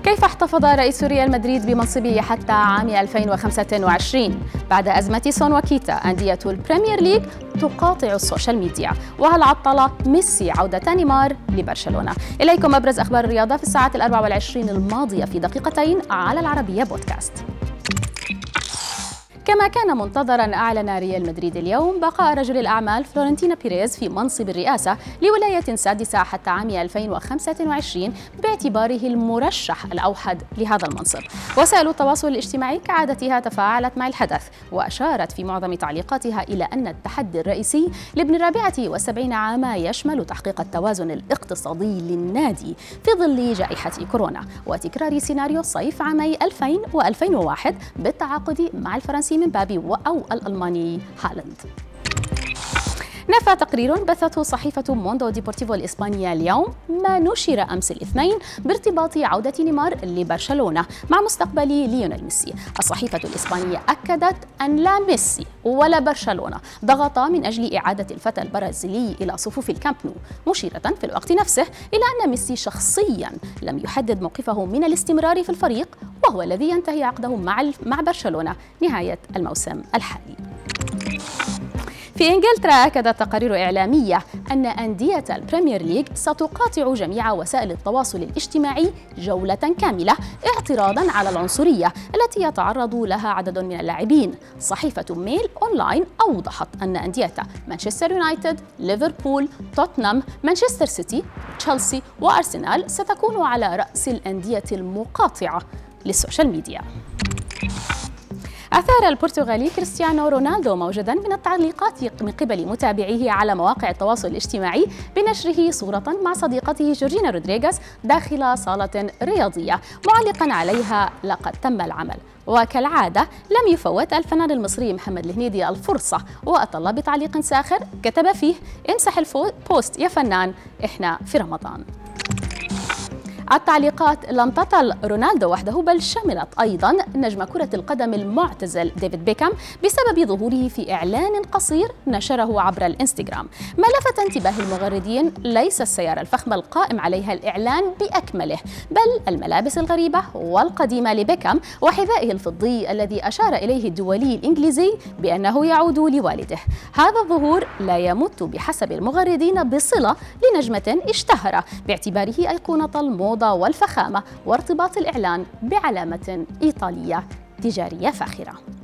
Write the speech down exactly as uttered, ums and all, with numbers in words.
كيف احتفظ رئيس ريال مدريد بمنصبه حتى عام ألفين وخمسة وعشرين بعد أزمة سون وكيتا؟ أندية البريمير ليج تقاطع السوشيال ميديا، وهل عطل ميسي عودة نيمار لبرشلونة؟ إليكم أبرز أخبار الرياضة في الساعات الأربع والعشرين الماضية في دقيقتين على العربية بودكاست. كما كان منتظراً، أعلن ريال مدريد اليوم بقاء رجل الأعمال فلورنتينو بيريز في منصب الرئاسة لولاية سادسة حتى عام ألفين وخمسة وعشرين باعتباره المرشح الأوحد لهذا المنصب. وسائل التواصل الاجتماعي كعادتها تفاعلت مع الحدث، وأشارت في معظم تعليقاتها إلى أن التحدي الرئيسي لابن الرابعة والسبعين عاما يشمل تحقيق التوازن الاقتصادي للنادي في ظل جائحة كورونا وتكرار سيناريو صيف عامي ألفين وألفين وواحد بالتعاقد مع الفرنسي من بابي أو الألماني هالاند. نفى تقرير بثته صحيفة موندو ديبورتيفو الإسبانية اليوم ما نشر أمس الاثنين بارتباط عودة نيمار لبرشلونة مع مستقبل ليونيل ميسي. الصحيفة الإسبانية أكدت أن لا ميسي ولا برشلونة ضغطا من أجل إعادة الفتى البرازيلي إلى صفوف الكامب نو، مشيرة في الوقت نفسه إلى أن ميسي شخصيا لم يحدد موقفه من الاستمرار في الفريق، وهو الذي ينتهي عقده مع مع برشلونة نهاية الموسم الحالي. في إنجلترا أكدت تقارير إعلامية أن أندية البريمير ليج ستقاطع جميع وسائل التواصل الاجتماعي جولة كاملة اعتراضاً على العنصرية التي يتعرض لها عدد من اللاعبين. صحيفة ميل أونلاين أوضحت أن أندية مانشستر يونايتد، ليفربول، توتنهام، مانشستر سيتي، تشيلسي وأرسنال ستكون على رأس الأندية المقاطعة للسوشيال ميديا. أثار البرتغالي كريستيانو رونالدو موجدا من التعليقات من قبل متابعيه على مواقع التواصل الاجتماعي بنشره صورة مع صديقته جورجينا رودريغيز داخل صالة رياضية، معلقا عليها لقد تم العمل. وكالعادة لم يفوت الفنان المصري محمد الهنيدي الفرصة وأطل بتعليق ساخر كتب فيه: امسح البوست يا فنان، إحنا في رمضان. التعليقات لم تطل رونالدو وحده، بل شملت أيضاً نجم كرة القدم المعتزل ديفيد بيكهام بسبب ظهوره في إعلان قصير نشره عبر الإنستغرام. ما لفت انتباه المغردين ليس السيارة الفخمة القائم عليها الإعلان بأكمله، بل الملابس الغريبة والقديمة لبيكهام وحذائه الفضي الذي أشار إليه الدولي الإنجليزي بأنه يعود لوالده. هذا الظهور لا يمت بحسب المغردين بصلة لنجمة اشتهر باعتباره أيقونة الموضة والفخامة وارتباط الإعلان بعلامة إيطالية تجارية فاخرة.